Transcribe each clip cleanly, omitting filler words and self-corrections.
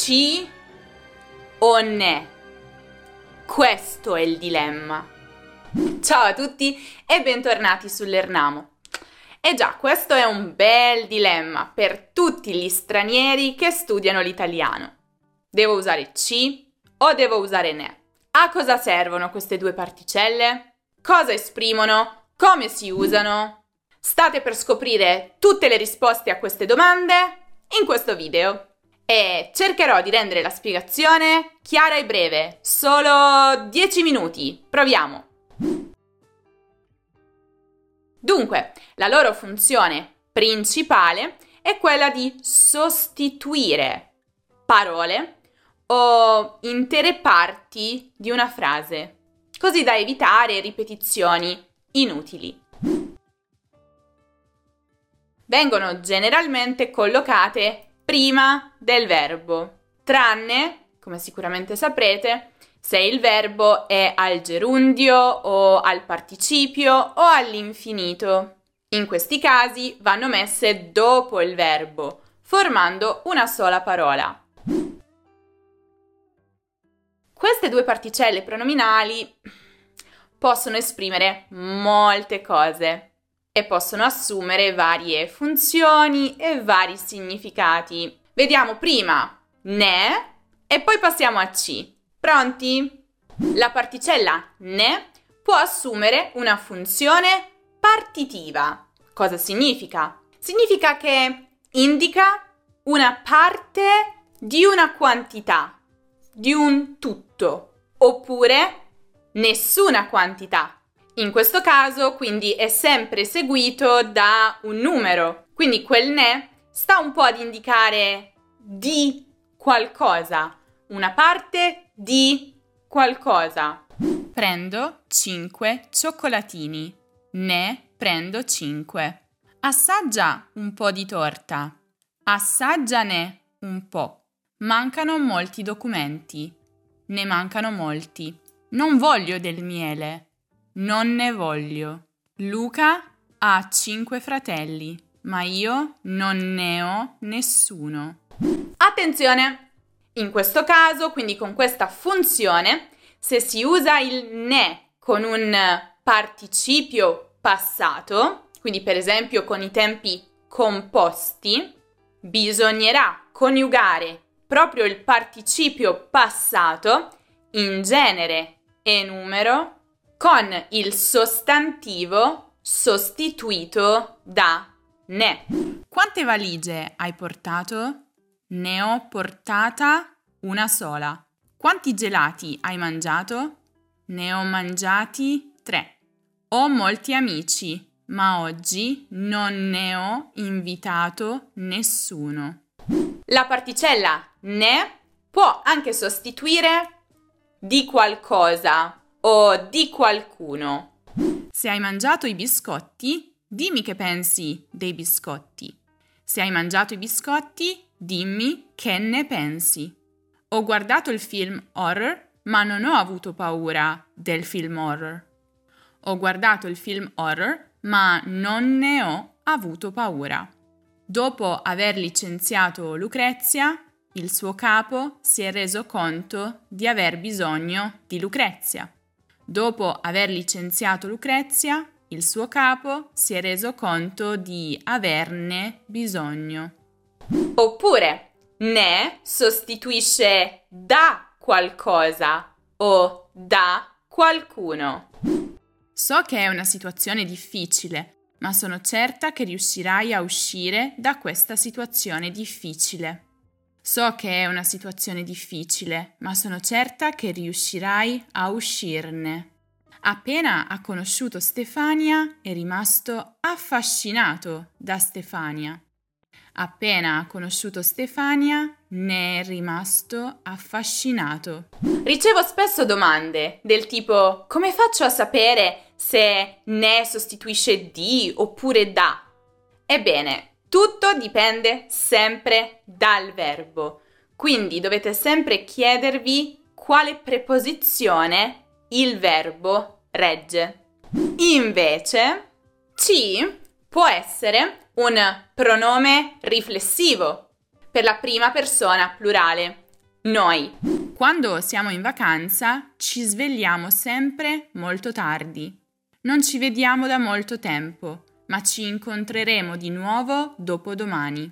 ci o ne? Questo è il dilemma. Ciao a tutti e bentornati sull'Ernamo. E già, questo è un bel dilemma per tutti gli stranieri che studiano l'italiano. Devo usare ci o devo usare ne? A cosa servono queste due particelle? Cosa esprimono? Come si usano? State per scoprire tutte le risposte a queste domande in questo video. E cercherò di rendere la spiegazione chiara e breve, solo 10 minuti. Proviamo! Dunque, la loro funzione principale è quella di sostituire parole o intere parti di una frase, così da evitare ripetizioni inutili. Vengono generalmente collocate prima del verbo, tranne, come sicuramente saprete, se il verbo è al gerundio o al participio o all'infinito. In questi casi vanno messe dopo il verbo, formando una sola parola. Queste due particelle pronominali possono esprimere molte cose e possono assumere varie funzioni e vari significati. Vediamo prima ne e poi passiamo a ci. Pronti? La particella ne può assumere una funzione partitiva. Cosa significa? Significa che indica una parte di una quantità, di un tutto, oppure nessuna quantità. In questo caso, quindi, è sempre seguito da un numero. Quindi quel ne sta un po' ad indicare di qualcosa, una parte di qualcosa. Prendo 5 cioccolatini. Ne prendo 5. Assaggia un po' di torta. Assaggiane un po'. Mancano molti documenti. Ne mancano molti. Non voglio del miele. Non ne voglio. Luca ha 5 fratelli, ma io non ne ho nessuno. Attenzione! In questo caso, quindi con questa funzione, se si usa il ne con un participio passato, quindi per esempio con i tempi composti, bisognerà coniugare proprio il participio passato in genere e numero con il sostantivo sostituito da ne. Quante valigie hai portato? Ne ho portata una sola. Quanti gelati hai mangiato? Ne ho mangiati 3. Ho molti amici, ma oggi non ne ho invitato nessuno. La particella ne può anche sostituire di qualcosa o di qualcuno. Se hai mangiato i biscotti, dimmi che pensi dei biscotti. Se hai mangiato i biscotti, dimmi che ne pensi. Ho guardato il film horror, ma non ho avuto paura del film horror. Ho guardato il film horror, ma non ne ho avuto paura. Dopo aver licenziato Lucrezia, il suo capo si è reso conto di aver bisogno di Lucrezia. Dopo aver licenziato Lucrezia, il suo capo si è reso conto di averne bisogno. Oppure, ne sostituisce da qualcosa o da qualcuno. So che è una situazione difficile, ma sono certa che riuscirai a uscire da questa situazione difficile. So che è una situazione difficile, ma sono certa che riuscirai a uscirne. Appena ha conosciuto Stefania, è rimasto affascinato da Stefania. Appena ha conosciuto Stefania, ne è rimasto affascinato. Ricevo spesso domande del tipo: come faccio a sapere se ne sostituisce di oppure da? Ebbene, tutto dipende sempre dal verbo, quindi dovete sempre chiedervi quale preposizione il verbo regge. Invece, ci può essere un pronome riflessivo per la prima persona plurale. noi. Quando siamo in vacanza ci svegliamo sempre molto tardi. Non ci vediamo da molto tempo, ma ci incontreremo di nuovo dopodomani.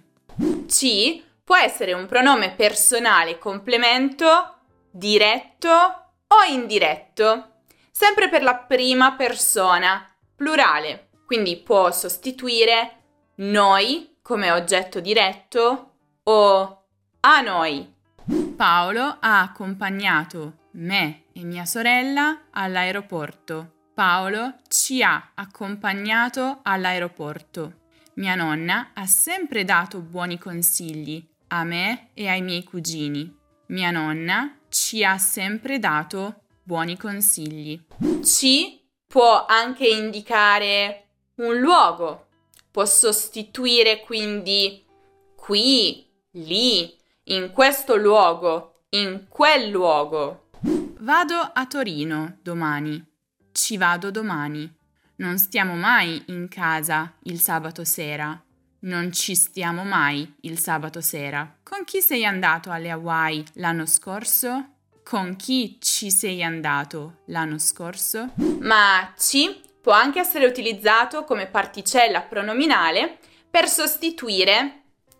Ci può essere un pronome personale complemento, diretto o indiretto, sempre per la prima persona, plurale, quindi può sostituire noi come oggetto diretto o a noi. Paolo ha accompagnato me e mia sorella all'aeroporto. Paolo ci ha accompagnato all'aeroporto. Mia nonna ha sempre dato buoni consigli a me e ai miei cugini. Mia nonna ci ha sempre dato buoni consigli. Ci può anche indicare un luogo. Può sostituire quindi qui, lì, in questo luogo, in quel luogo. Vado a Torino domani. Ci vado domani. Non stiamo mai in casa il sabato sera. Non ci stiamo mai il sabato sera. Con chi sei andato alle Hawaii l'anno scorso? Con chi ci sei andato l'anno scorso? Ma ci può anche essere utilizzato come particella pronominale per sostituire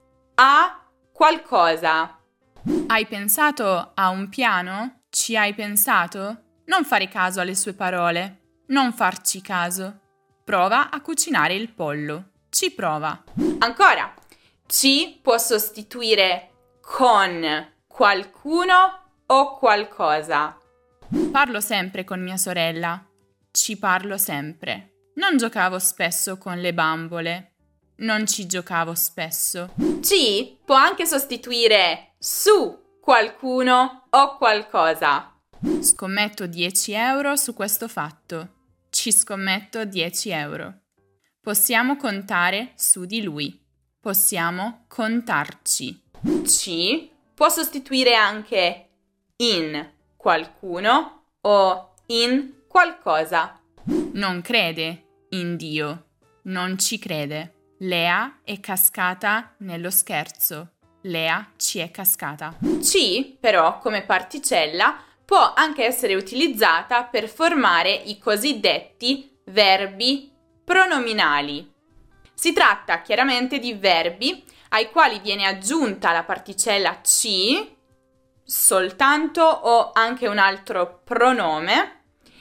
a qualcosa. Hai pensato a un piano? Ci hai pensato? Non fare caso alle sue parole. Non farci caso. Prova a cucinare il pollo. Ci prova. Ancora. Ci può sostituire con qualcuno o qualcosa. Parlo sempre con mia sorella. Ci parlo sempre. Non giocavo spesso con le bambole. Non ci giocavo spesso. Ci può anche sostituire su qualcuno o qualcosa. Scommetto 10 euro su questo fatto. Ci scommetto 10 euro. Possiamo contare su di lui. Possiamo contarci. Ci può sostituire anche in qualcuno o in qualcosa. Non crede in Dio. Non ci crede. Lea è cascata nello scherzo. Lea ci è cascata. Ci, però, come particella, può anche essere utilizzata per formare i cosiddetti verbi pronominali. Si tratta chiaramente di verbi ai quali viene aggiunta la particella ci, soltanto o anche un altro pronome,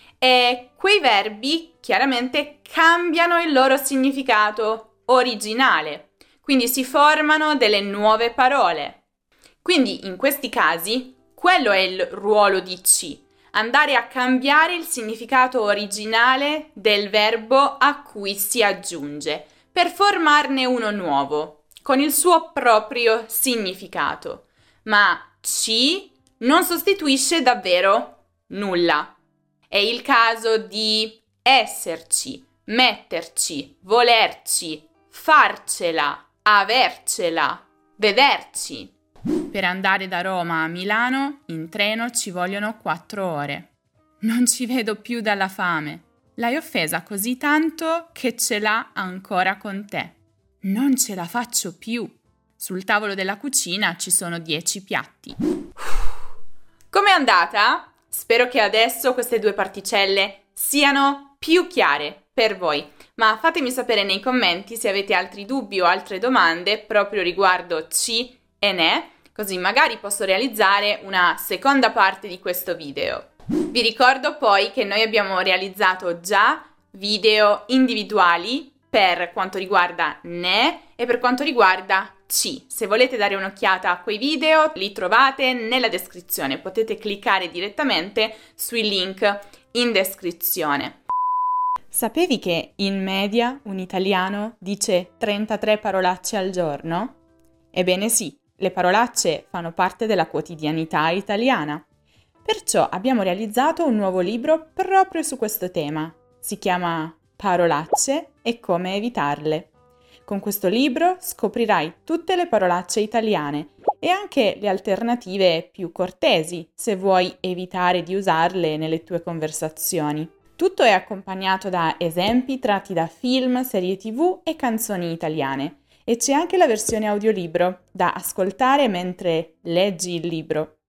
e quei verbi chiaramente cambiano il loro significato originale, quindi si formano delle nuove parole. Quindi in questi casi quello è il ruolo di ci, andare a cambiare il significato originale del verbo a cui si aggiunge, per formarne uno nuovo, con il suo proprio significato. Ma ci non sostituisce davvero nulla. È il caso di esserci, metterci, volerci, farcela, avercela, vederci. Per andare da Roma a Milano in treno ci vogliono 4 ore. Non ci vedo più dalla fame. L'hai offesa così tanto che ce l'ha ancora con te. Non ce la faccio più. Sul tavolo della cucina ci sono 10 piatti. Com'è andata? Spero che adesso queste 2 particelle siano più chiare per voi. Ma fatemi sapere nei commenti se avete altri dubbi o altre domande proprio riguardo ci e ne, così magari posso realizzare una seconda parte di questo video. Vi ricordo poi che noi abbiamo realizzato già video individuali per quanto riguarda ne e per quanto riguarda ci. Se volete dare un'occhiata a quei video, li trovate nella descrizione. Potete cliccare direttamente sui link in descrizione. Sapevi che in media un italiano dice 33 parolacce al giorno? Ebbene sì, le parolacce fanno parte della quotidianità italiana. Perciò abbiamo realizzato un nuovo libro proprio su questo tema. Si chiama Parolacce e come evitarle. Con questo libro scoprirai tutte le parolacce italiane e anche le alternative più cortesi se vuoi evitare di usarle nelle tue conversazioni. Tutto è accompagnato da esempi tratti da film, serie TV e canzoni italiane. E c'è anche la versione audiolibro da ascoltare mentre leggi il libro.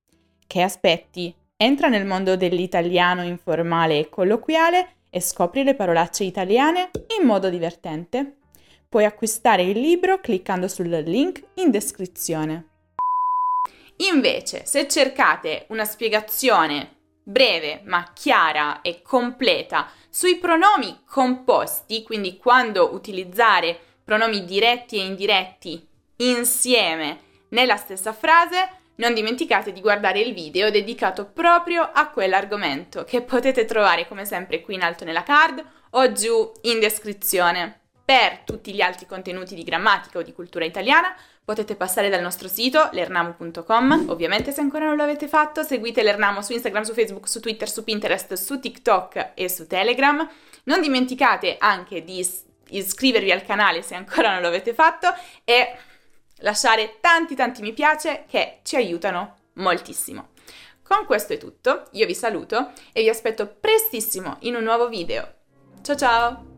Che aspetti? Entra nel mondo dell'italiano informale e colloquiale e scopri le parolacce italiane in modo divertente. Puoi acquistare il libro cliccando sul link in descrizione. Invece, se cercate una spiegazione breve ma chiara e completa sui pronomi composti, quindi quando utilizzare pronomi diretti e indiretti insieme nella stessa frase, non dimenticate di guardare il video dedicato proprio a quell'argomento, che potete trovare come sempre qui in alto nella card o giù in descrizione. Per tutti gli altri contenuti di grammatica o di cultura italiana potete passare dal nostro sito lernamu.com. Ovviamente, se ancora non lo avete fatto, seguite Lernamu su Instagram, su Facebook, su Twitter, su Pinterest, su TikTok e su Telegram. Non dimenticate anche di iscrivervi al canale se ancora non lo avete fatto e lasciare tanti mi piace che ci aiutano moltissimo. Con questo è tutto, io vi saluto e vi aspetto prestissimo in un nuovo video. Ciao ciao!